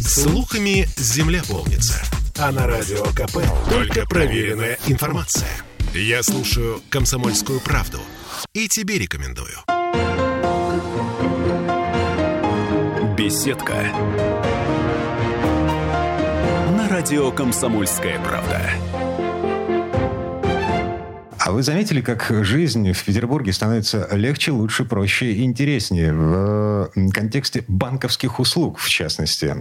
Слухами земля полнится. А на Радио КП только проверенная информация. Я слушаю «Комсомольскую правду» и тебе рекомендую. Беседка. На радио «Комсомольская правда». А вы заметили, как жизнь в Петербурге становится легче, лучше, проще и интереснее в контексте банковских услуг, в частности?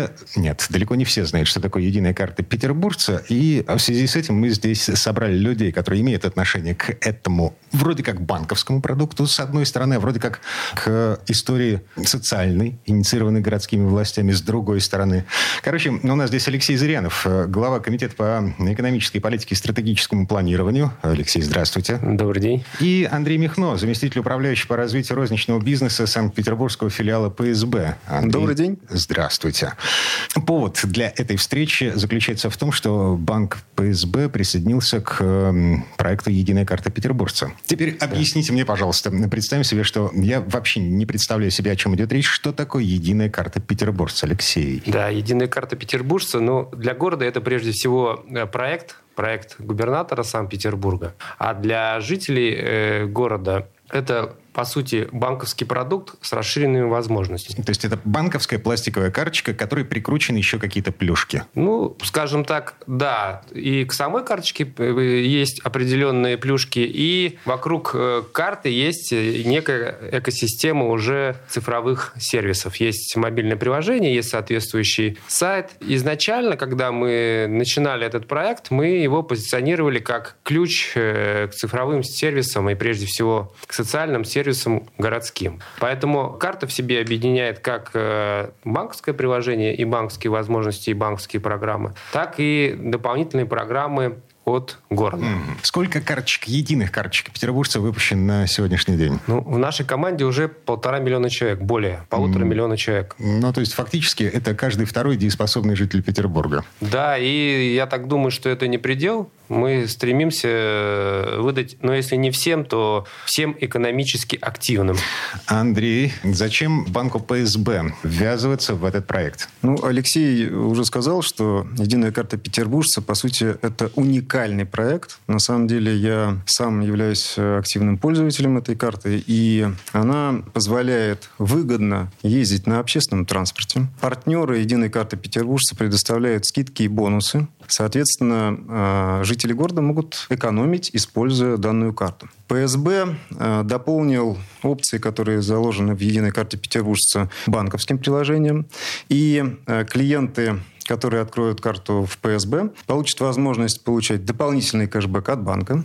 Далеко не все знают, что такое единая карта петербуржца. И в связи с этим мы здесь собрали людей, которые имеют отношение к этому вроде как банковскому продукту, с одной стороны, а вроде как к истории социальной, инициированной городскими властями, с другой стороны. Короче, у нас здесь Алексей Зырянов, глава комитета по экономической политике и стратегическому планированию. Алексей, здравствуйте. Добрый день. И Андрей Михно, заместитель управляющего по развитию розничного бизнеса Санкт-Петербургского филиала ПСБ. Андрей, добрый день. Здравствуйте. Повод для этой встречи заключается в том, что банк ПСБ присоединился к проекту «Единая карта петербуржца». Теперь объясните мне, пожалуйста, представим себе, что я вообще не представляю себе, о чем идет речь. Что такое «Единая карта петербуржца», Алексей? Да, «Единая карта петербуржца», для города это прежде всего проект губернатора Санкт-Петербурга. А для жителей города это, по сути, банковский продукт с расширенными возможностями. То есть это банковская пластиковая карточка, к которой прикручены еще какие-то плюшки? Скажем так, да. И к самой карточке есть определенные плюшки, и вокруг карты есть некая экосистема уже цифровых сервисов. Есть мобильное приложение, есть соответствующий сайт. Изначально, когда мы начинали этот проект, мы его позиционировали как ключ к цифровым сервисам и, прежде всего, к социальным сервисам городским. Поэтому карта в себе объединяет как банковское приложение и банковские возможности, и банковские программы, так и дополнительные программы от города. Сколько единых карточек петербуржца выпущено на сегодняшний день? В нашей команде уже 1,5 миллиона человек, более 1,5 миллиона человек. То есть фактически это каждый второй дееспособный житель Петербурга. Да, и я так думаю, что это не предел. Мы стремимся выдать, если не всем, то всем экономически активным. Андрей, зачем банку ПСБ ввязываться в этот проект? Алексей уже сказал, что «Единая карта петербуржца», по сути, это уникальный проект. На самом деле, я сам являюсь активным пользователем этой карты, и она позволяет выгодно ездить на общественном транспорте. Партнеры «Единой карты петербуржца» предоставляют скидки и бонусы. Соответственно, жители города могут экономить, используя данную карту. ПСБ дополнил опции, которые заложены в «Единой карте петербуржца», банковским приложением. И клиенты, которые откроют карту в ПСБ, получат возможность получать дополнительный кэшбэк от банка,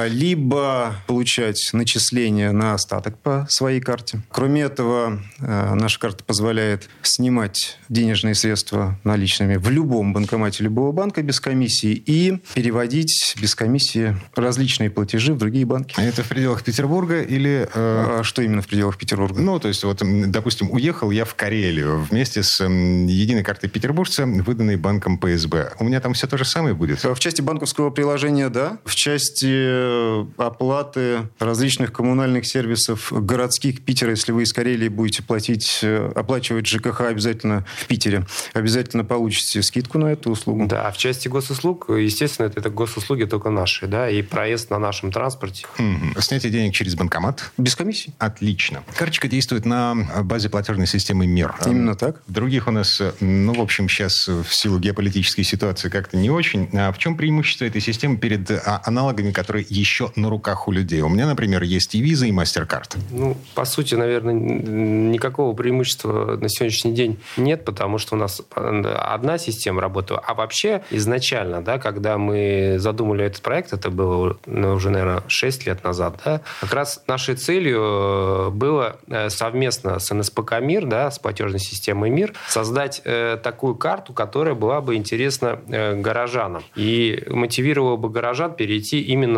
либо получать начисления на остаток по своей карте. Кроме этого, наша карта позволяет снимать денежные средства наличными в любом банкомате любого банка без комиссии и переводить без комиссии различные платежи в другие банки. А это в пределах Петербурга или... Что именно в пределах Петербурга? То есть, допустим, уехал я в Карелию вместе с «Единой картой петербуржца», выданной банком ПСБ. У меня там все то же самое будет? В части банковского приложения, да. В части оплаты различных коммунальных сервисов городских Питера, если вы из Карелии будете оплачивать ЖКХ обязательно в Питере, обязательно получите скидку на эту услугу. Да, в части госуслуг, естественно, это госуслуги только наши, да, и проезд на нашем транспорте. Снятие денег через банкомат? Без комиссии. Отлично. Карточка действует на базе платежной системы МИР. Именно так. Других у нас, сейчас в силу геополитической ситуации как-то не очень. А в чем преимущество этой системы перед аналогами, которые еще на руках у людей? У меня, например, есть и Visa, и MasterCard. По сути, наверное, никакого преимущества на сегодняшний день нет, потому что у нас одна система работала. А вообще, изначально, да, когда мы задумали этот проект, это было уже, наверное, 6 лет назад, да, как раз нашей целью было совместно с НСПК «Мир», да, с платежной системой «Мир», создать такую карту, которая которая была бы интересна горожанам и мотивировала бы горожан перейти именно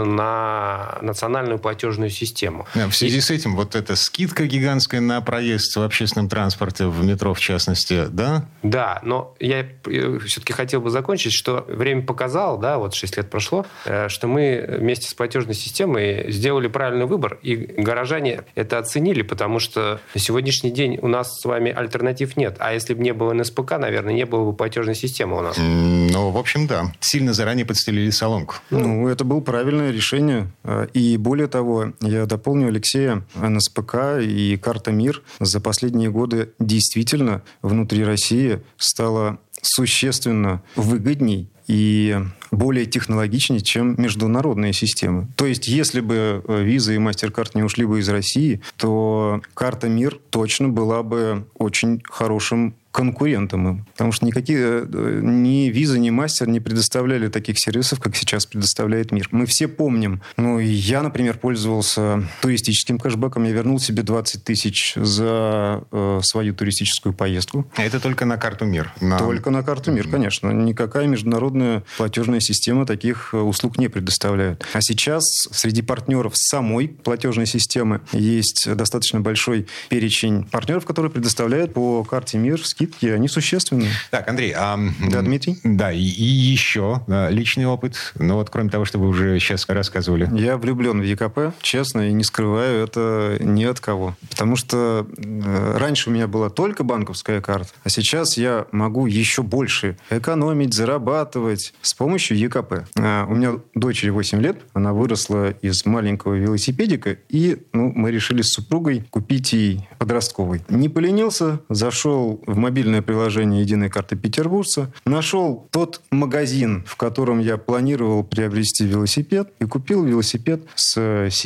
на национальную платежную систему. В связи с этим вот эта скидка гигантская на проезд в общественном транспорте, в метро в частности, да? Да, но я все-таки хотел бы закончить, что время показало, да, вот 6 лет прошло, что мы вместе с платежной системой сделали правильный выбор, и горожане это оценили, потому что на сегодняшний день у нас с вами альтернатив нет. А если бы не было НСПК, наверное, не было бы платежной системы у нас. Ну, в общем, да. Сильно заранее подстелили соломку. Ну, это было правильное решение. И более того, я дополню Алексея, НСПК и карта МИР за последние годы действительно внутри России стало существенно выгодней и более технологичнее, чем международные системы. То есть, если бы Visa и MasterCard не ушли бы из России, то карта МИР точно была бы очень хорошим конкурентам им. Потому что никакие ни Visa, ни Master не предоставляли таких сервисов, как сейчас предоставляет МИР. Мы все помним. Ну, я, например, пользовался туристическим кэшбэком. Я вернул себе 20 тысяч за свою туристическую поездку. А это только на карту МИР? Только на карту МИР, конечно. Никакая международная платежная система таких услуг не предоставляет. А сейчас среди партнеров самой платежной системы есть достаточно большой перечень партнеров, которые предоставляют по карте МИР скидки. Они существенные. Так, Андрей. Да, Дмитрий? Да, и еще личный опыт. Ну вот, кроме того, что вы уже сейчас рассказывали. Я влюблен в ЕКП, честно, и не скрываю это ни от кого. Потому что раньше у меня была только банковская карта, а сейчас я могу еще больше экономить, зарабатывать с помощью ЕКП. У меня дочери 8 лет, она выросла из маленького велосипедика, и мы решили с супругой купить ей подростковый. Не поленился, зашел в мобильное приложение «Единая карта петербуржца», нашел тот магазин, в котором я планировал приобрести велосипед, и купил велосипед с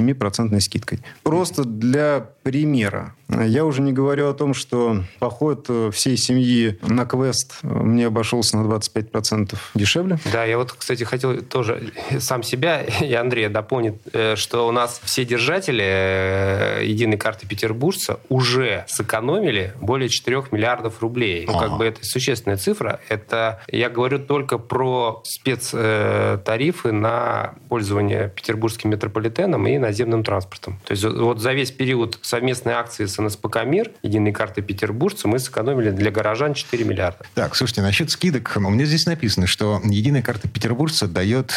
7% скидкой. Просто для примера. Я уже не говорю о том, что поход всей семьи на квест мне обошелся на 25% дешевле. Да, я вот, кстати, хотел тоже сам себя и Андрея дополнить, что у нас все держатели единой карты петербуржца уже сэкономили более 4 миллиардов рублей. Ну, как бы это существенная цифра. Это я говорю только про спецтарифы на пользование петербургским метрополитеном и наземным транспортом. То есть вот за весь период совместной акции с НСПК МИР, единой карты петербуржца, мы сэкономили для горожан 4 миллиарда. Так, слушайте, насчет скидок. У меня здесь написано, что единая карта петербуржца дает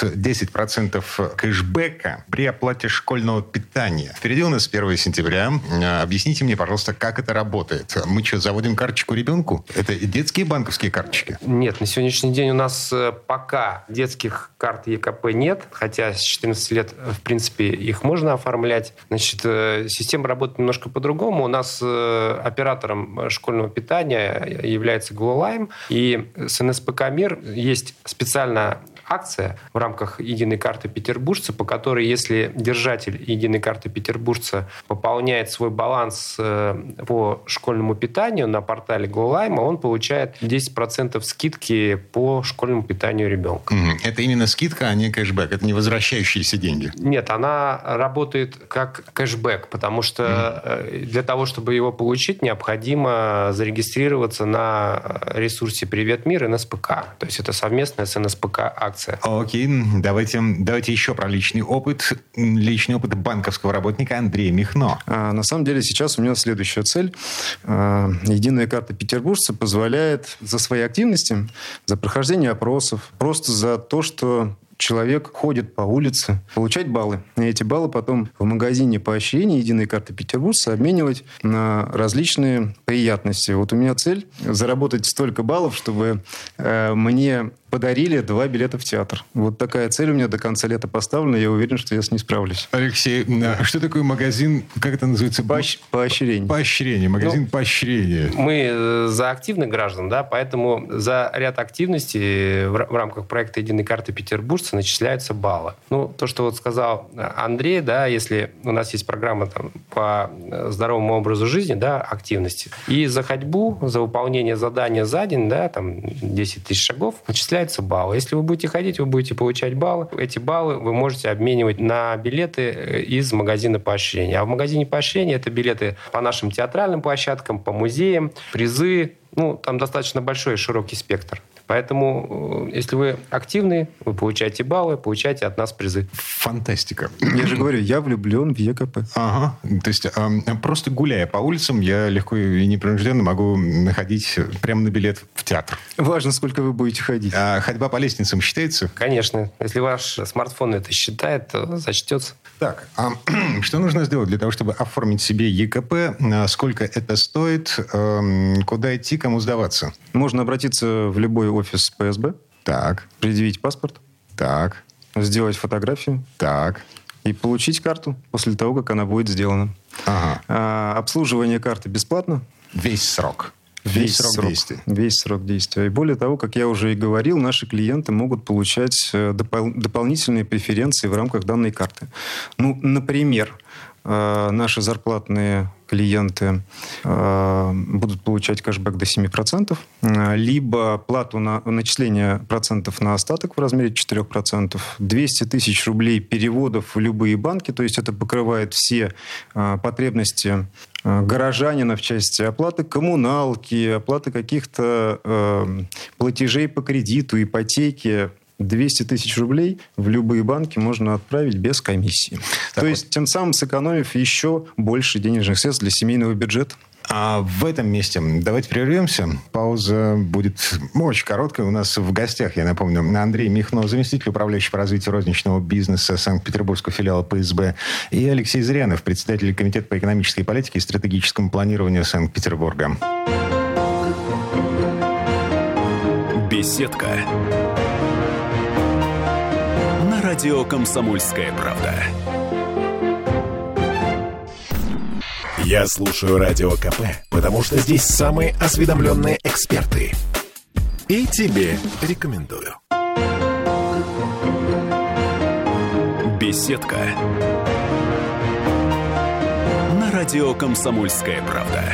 10% кэшбэка при оплате школьного питания. Впереди у нас 1 сентября. Объясните мне, пожалуйста, как это работает. Мы что, заводим карточку ребенку? Это детские банковские карточки? Нет, на сегодняшний день у нас пока детских карт ЕКП нет, хотя с 14 лет, в принципе, их можно оформлять. Значит, система работает немножко по-другому. У нас оператором школьного питания является Глолайм, и с НСПК МИР есть специальная акция в рамках единой карты петербуржца, по которой, если держатель единой карты петербуржца пополняет свой баланс по школьному питанию на портале Глолайма, он получает 10% скидки по школьному питанию ребенка. Это именно скидка, а не кэшбэк? Это не возвращающиеся деньги? Нет, она работает как кэшбэк, потому что для того, чтобы его получить, необходимо зарегистрироваться на ресурсе «Привет, МИР» НСПК. То есть это совместная с НСПК акция. Окей, давайте еще про личный опыт. Личный опыт банковского работника Андрея Михно. На самом деле сейчас у меня следующая цель. Единая карта петербуржца позволяет за свои активности, за прохождение опросов, просто за то, что человек ходит по улице, получать баллы. И эти баллы потом в магазине поощрения единой карты петербуржца обменивать на различные приятности. Вот у меня цель заработать столько баллов, чтобы мне подарили 2 билета в театр. Вот такая цель у меня до конца лета поставлена. Я уверен, что я с ней справлюсь. Алексей, что такое магазин, как это называется? Поощрение. Поощрение. Магазин поощрения. Мы за активных граждан, да, поэтому за ряд активностей в рамках проекта «Единой карты петербуржца» начисляются баллы. Ну, то, что вот сказал Андрей, да, если у нас есть программа там, по здоровому образу жизни, да, активности, и за ходьбу, за выполнение задания за день, да, там 10 тысяч шагов, начисляются баллы. Если вы будете ходить, вы будете получать баллы. Эти баллы вы можете обменивать на билеты из магазина поощрения. А в магазине поощрения это билеты по нашим театральным площадкам, по музеям, призы. Ну, там достаточно большой и широкий спектр. Поэтому, если вы активны, вы получаете баллы, получаете от нас призы. Фантастика. Я же говорю, я влюблен в ЕКП. Ага. То есть просто гуляя по улицам, я легко и непринужденно могу находить прямо на билет в театр. Важно, сколько вы будете ходить. А ходьба по лестницам считается? Конечно. Если ваш смартфон это считает, то зачтется. Так, что нужно сделать для того, чтобы оформить себе ЕКП? Сколько это стоит? Куда идти? Кому сдаваться? Можно обратиться в любой офис ПСБ. Так. Предъявить паспорт. Так. Сделать фотографию. Так. И получить карту после того, как она будет сделана. Ага. Обслуживание карты бесплатно. Весь срок. Весь срок действия. Весь срок действия. И более того, как я уже и говорил, наши клиенты могут получать дополнительные преференции в рамках данной карты. Ну, например, наши зарплатные клиенты будут получать кэшбэк до 7%, либо плату на начисление процентов на остаток в размере 4%, 200 тысяч рублей переводов в любые банки, то есть это покрывает все потребности горожанина в части оплаты коммуналки, оплаты каких-то платежей по кредиту, ипотеки. 200 тысяч рублей в любые банки можно отправить без комиссии. То есть, тем самым сэкономив еще больше денежных средств для семейного бюджета. А в этом месте давайте прервемся. Пауза будет очень короткая. У нас в гостях, я напомню, Андрей Михно, заместитель управляющего по развитию розничного бизнеса Санкт-Петербургского филиала ПСБ, и Алексей Зырянов, председатель Комитета по экономической политике и стратегическому планированию Санкт-Петербурга. Беседка. На радио «Комсомольская правда». Я слушаю Радио КП, потому что здесь самые осведомленные эксперты. И тебе рекомендую. Беседка. На радио «Комсомольская правда».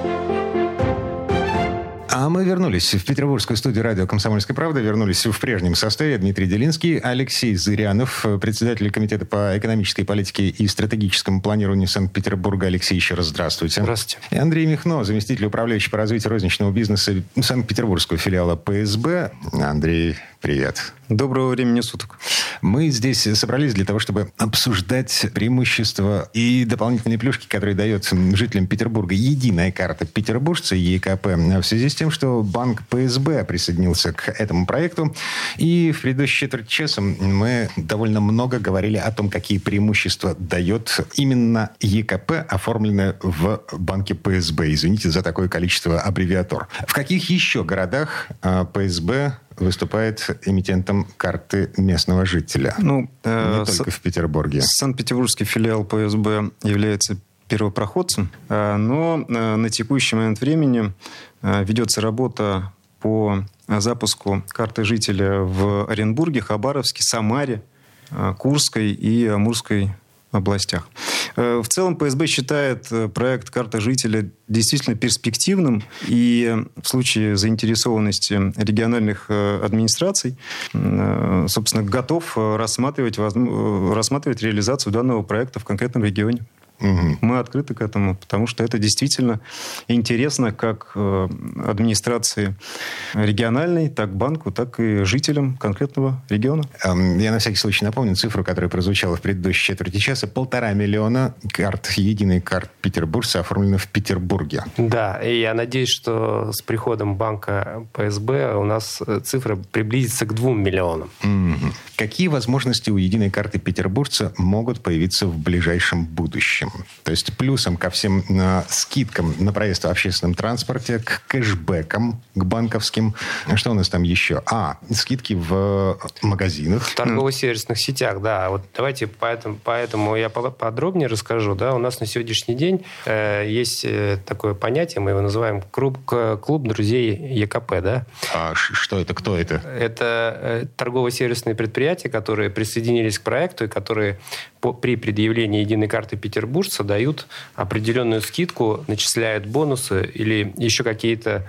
А мы вернулись в петербургскую студию радио «Комсомольская правда». Вернулись в прежнем составе. Дмитрий Делинский, Алексей Зырянов, председатель Комитета по экономической политике и стратегическому планированию Санкт-Петербурга. Алексей, еще раз здравствуйте. Здравствуйте. И Андрей Михно, заместитель управляющего по развитию розничного бизнеса Санкт-Петербургского филиала ПСБ. Андрей, привет. Доброго времени суток. Мы здесь собрались для того, чтобы обсуждать преимущества и дополнительные плюшки, которые дает жителям Петербурга единая карта петербуржца ЕКП в связи с тем, что банк ПСБ присоединился к этому проекту. И в предыдущей четверти часа мы довольно много говорили о том, какие преимущества дает именно ЕКП, оформленное в банке ПСБ. Извините за такое количество аббревиатур. В каких еще городах ПСБ выступает эмитентом карты местного жителя? Не только в Петербурге. Санкт-Петербургский филиал ПСБ является первопроходцем, но на текущий момент времени ведется работа по запуску карты жителя в Оренбурге, Хабаровске, Самаре, Курской и Амурской областях. В целом ПСБ считает проект «Карта жителя» действительно перспективным, и в случае заинтересованности региональных администраций, собственно, готов рассматривать реализацию данного проекта в конкретном регионе. Угу. Мы открыты к этому, потому что это действительно интересно как администрации региональной, так банку, так и жителям конкретного региона. Я на всякий случай напомню цифру, которая прозвучала в предыдущей четверти часа. 1,5 миллиона карт, единых карт петербуржца оформлено в Петербурге. Да, и я надеюсь, что с приходом банка ПСБ у нас цифра приблизится к 2 миллионам. Угу. Какие возможности у единой карты петербуржца могут появиться в ближайшем будущем? То есть плюсом ко всем скидкам на проезд в общественном транспорте, к кэшбэкам, к банковским. Что у нас там еще? Скидки в магазинах. В торгово-сервисных сетях, да. Вот давайте поэтому я подробнее расскажу. Да. У нас на сегодняшний день есть такое понятие, мы его называем клуб друзей ЕКП. Да? Что это? Кто это? Это торгово-сервисные предприятия, которые присоединились к проекту и которые при предъявлении единой карты петербуржца дают определенную скидку, начисляют бонусы или еще какие-то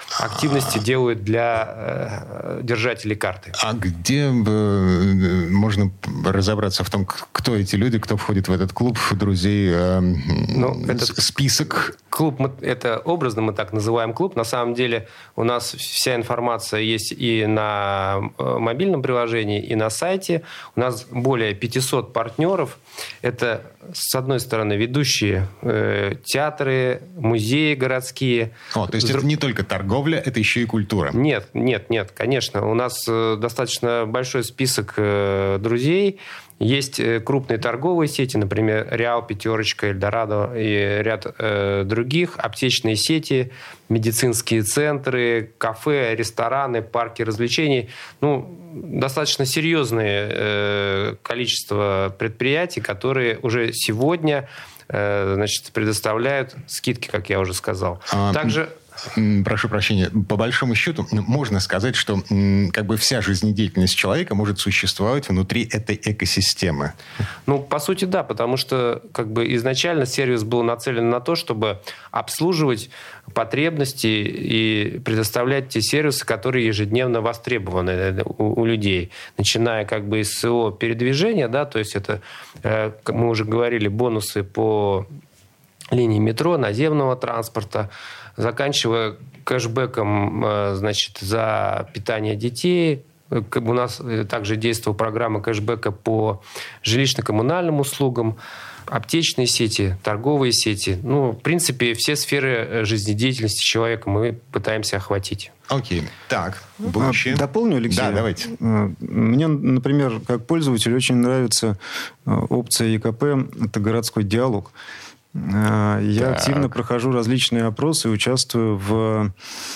активности делают для держателей карты. А где можно разобраться в том, кто эти люди, кто входит в этот клуб друзей? Этот список? Клуб, это образно мы так называем клуб. На самом деле у нас вся информация есть и на мобильном приложении, и на сайте. У нас более 500 партнеров. Это, с одной стороны, ведущие театры, музеи городские. То есть это не только торговля, это еще и культура? Нет, конечно. У нас достаточно большой список друзей. Есть крупные торговые сети, например, Реал, Пятерочка, Эльдорадо и ряд других, аптечные сети, медицинские центры, кафе, рестораны, парки развлечений. Достаточно серьезное количество предприятий, которые уже сегодня предоставляют скидки, как я уже сказал. Также... Прошу прощения. По большому счету, можно сказать, что вся жизнедеятельность человека может существовать внутри этой экосистемы. По сути, да, потому что изначально сервис был нацелен на то, чтобы обслуживать потребности и предоставлять те сервисы, которые ежедневно востребованы у людей. Начиная из СО передвижения, да, то есть это, как мы уже говорили, бонусы по линии метро, наземного транспорта, заканчивая кэшбэком, за питание детей. У нас также действовала программа кэшбэка по жилищно-коммунальным услугам, аптечные сети, торговые сети. В принципе, все сферы жизнедеятельности человека мы пытаемся охватить. Окей. Так, будущее. Дополню, Алексей? Да, давайте. Мне, например, как пользователь очень нравится опция ЕКП. Это городской диалог. Я активно прохожу различные опросы, участвую в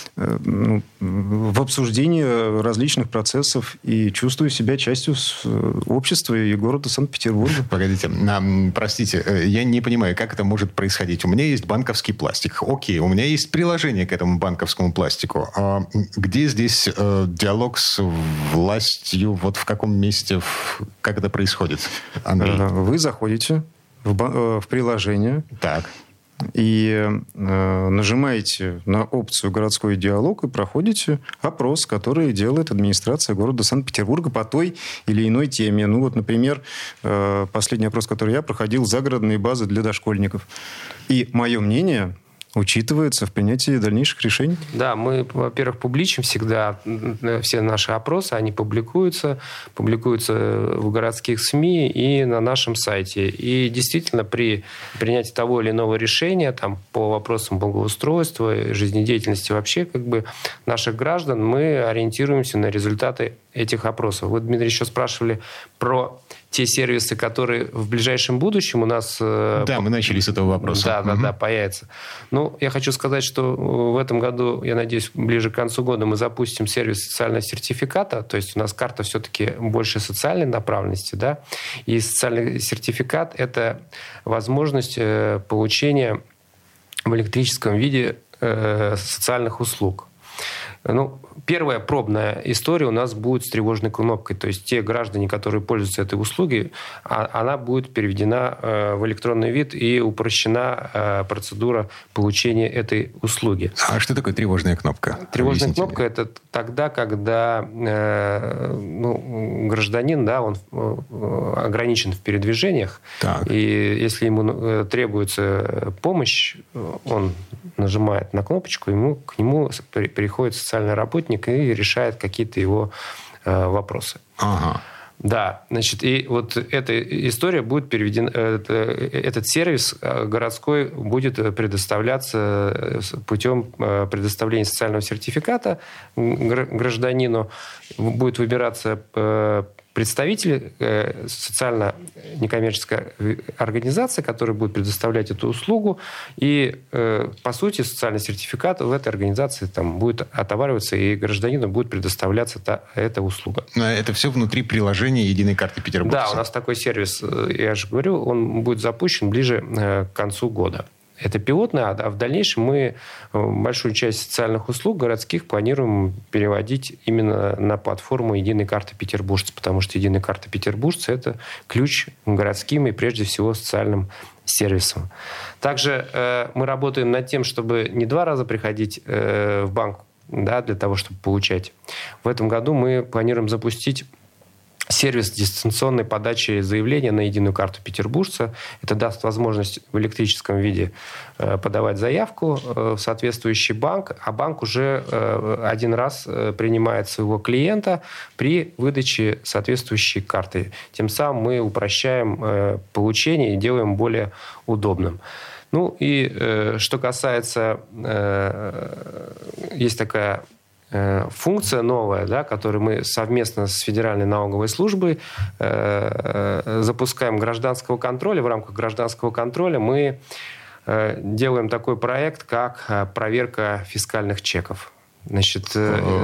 обсуждении различных процессов и чувствую себя частью общества и города Санкт-Петербурга. Погодите, простите, я не понимаю, как это может происходить. У меня есть банковский пластик. Окей, у меня есть приложение к этому банковскому пластику. А где здесь диалог с властью? В каком месте? Как это происходит, Андрей? Вы заходите в приложение. Так. И нажимаете на опцию «Городской диалог» и проходите опрос, который делает администрация города Санкт-Петербурга по той или иной теме. Например, последний опрос, который я проходил, загородные базы для дошкольников. И мое мнение учитывается в принятии дальнейших решений? Да, мы, во-первых, публичим всегда все наши опросы, они публикуются в городских СМИ и на нашем сайте. И действительно, при принятии того или иного решения по вопросам благоустройства, жизнедеятельности вообще наших граждан, мы ориентируемся на результаты этих опросов. Вы, Дмитрий, еще спрашивали про те сервисы, которые в ближайшем будущем у нас... Да, мы начали с этого вопроса. Да, появятся. Я хочу сказать, что в этом году, я надеюсь, ближе к концу года мы запустим сервис социального сертификата. То есть у нас карта все-таки больше социальной направленности, да. И социальный сертификат – это возможность получения в электрическом виде социальных услуг. Первая пробная история у нас будет с тревожной кнопкой. То есть те граждане, которые пользуются этой услугой, она будет переведена в электронный вид и упрощена процедура получения этой услуги. А что такое тревожная кнопка? Тревожная кнопка – это тогда, когда гражданин, да, он ограничен в передвижениях. Так. И если ему требуется помощь, он нажимает на кнопочку, к нему приходит социальный работник и решает какие-то его вопросы. Ага. Да, и эта история будет переведена, этот сервис городской будет предоставляться путем предоставления социального сертификата гражданину, будет выбираться представитель социально-некоммерческой организации, которая будет предоставлять эту услугу. И, по сути, социальный сертификат в этой организации будет отовариваться, и гражданину будет предоставляться эта услуга. Но это все внутри приложения «Единой карты петербуржца». Да, у нас такой сервис, я же говорю, он будет запущен ближе к концу года. Это пилотное, а в дальнейшем мы большую часть социальных услуг городских планируем переводить именно на платформу «Единой карты петербуржца», потому что «Единая карта петербуржца» – это ключ к городским и, прежде всего, социальным сервисам. Также мы работаем над тем, чтобы не 2 раза приходить в банк да, для того, чтобы получать. В этом году мы планируем запустить сервис дистанционной подачи заявления на единую карту петербуржца. Это даст возможность в электрическом виде подавать заявку в соответствующий банк, а банк уже один раз принимает своего клиента при выдаче соответствующей карты. Тем самым мы упрощаем получение и делаем более удобным. Ну и что касается... Есть такая функция новая, да, которую мы совместно с Федеральной налоговой службой запускаем гражданского контроля. В рамках гражданского контроля мы делаем такой проект, как проверка фискальных чеков. Значит,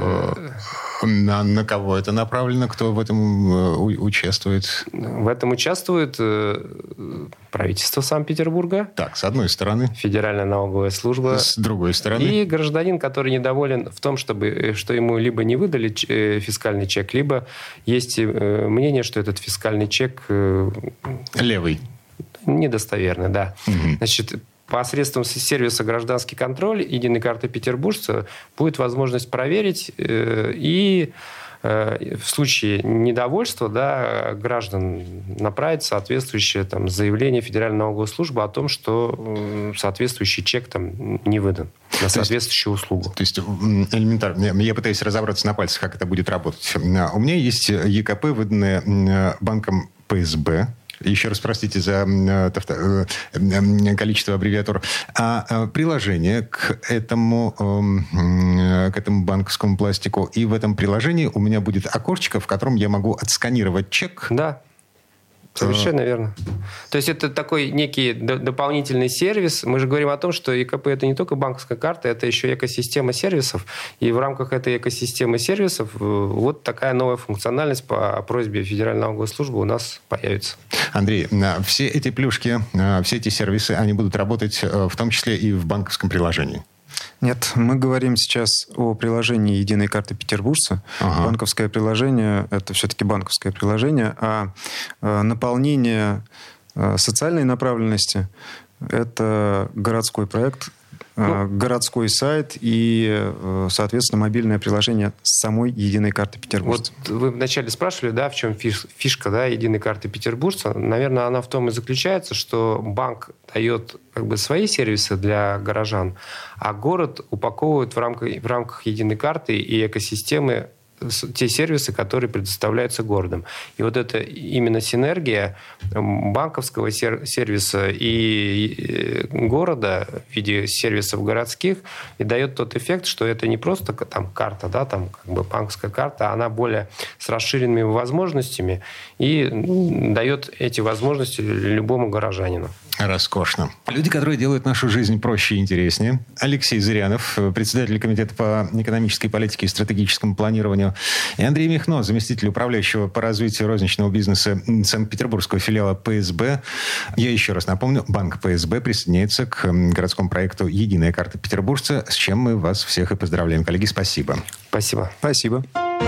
на кого это направлено? Кто в этом участвует? В этом участвует правительство Санкт-Петербурга. Так, с одной стороны. Федеральная налоговая служба. С другой стороны. И гражданин, который недоволен в том, что ему либо не выдали фискальный чек, либо есть мнение, что этот фискальный чек... Левый. Недостоверный, да. Угу. Значит, посредством сервиса «Гражданский контроль» единой карты петербуржца будет возможность проверить и в случае недовольства, да, граждан направить соответствующее там, заявление в Федеральную налоговую службу о том, что соответствующий чек там, не выдан на соответствующую услугу. То есть элементарно. Я пытаюсь разобраться на пальцах, как это будет работать. У меня есть ЕКП, выданное банком ПСБ. Еще раз простите за количество аббревиатур. А приложение к этому банковскому пластику. И в этом приложении у меня будет окошечко, в котором я могу отсканировать чек. Да. Совершенно верно. То есть это такой некий дополнительный сервис. Мы же говорим о том, что ЕКП – это не только банковская карта, это еще экосистема сервисов. И в рамках этой экосистемы сервисов вот такая новая функциональность по просьбе Федеральной налоговой службы у нас появится. Андрей, все эти плюшки, все эти сервисы, они будут работать в том числе и в банковском приложении? Нет, мы говорим сейчас о приложении единой карты петербуржца. Ага. Банковское приложение – это все-таки банковское приложение, а наполнение социальной направленности – это городской проект, городской сайт и, соответственно, мобильное приложение самой единой карты петербуржца. Вот вы вначале спрашивали, да, в чем фишка, да, единой карты петербуржца. Наверное, она в том и заключается, что банк дает как бы свои сервисы для горожан, а город упаковывает в рамках единой карты и экосистемы те сервисы, которые предоставляются городом. И вот это именно синергия банковского сервиса и города в виде сервисов городских и дает тот эффект, что это не просто там карта, да, там как бы банковская карта, она более с расширенными возможностями и дает эти возможности любому горожанину. Роскошно. Люди, которые делают нашу жизнь проще и интереснее. Алексей Зырянов, председатель комитета по экономической политике и стратегическому планированию. И Андрей Михно, заместитель управляющего по развитию розничного бизнеса Санкт-Петербургского филиала ПСБ. Я еще раз напомню, банк ПСБ присоединяется к городскому проекту «Единая карта петербуржца», с чем мы вас всех и поздравляем. Коллеги, спасибо. Спасибо. Спасибо.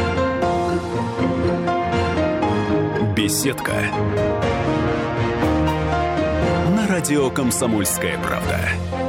Беседка. На радио «Комсомольская правда».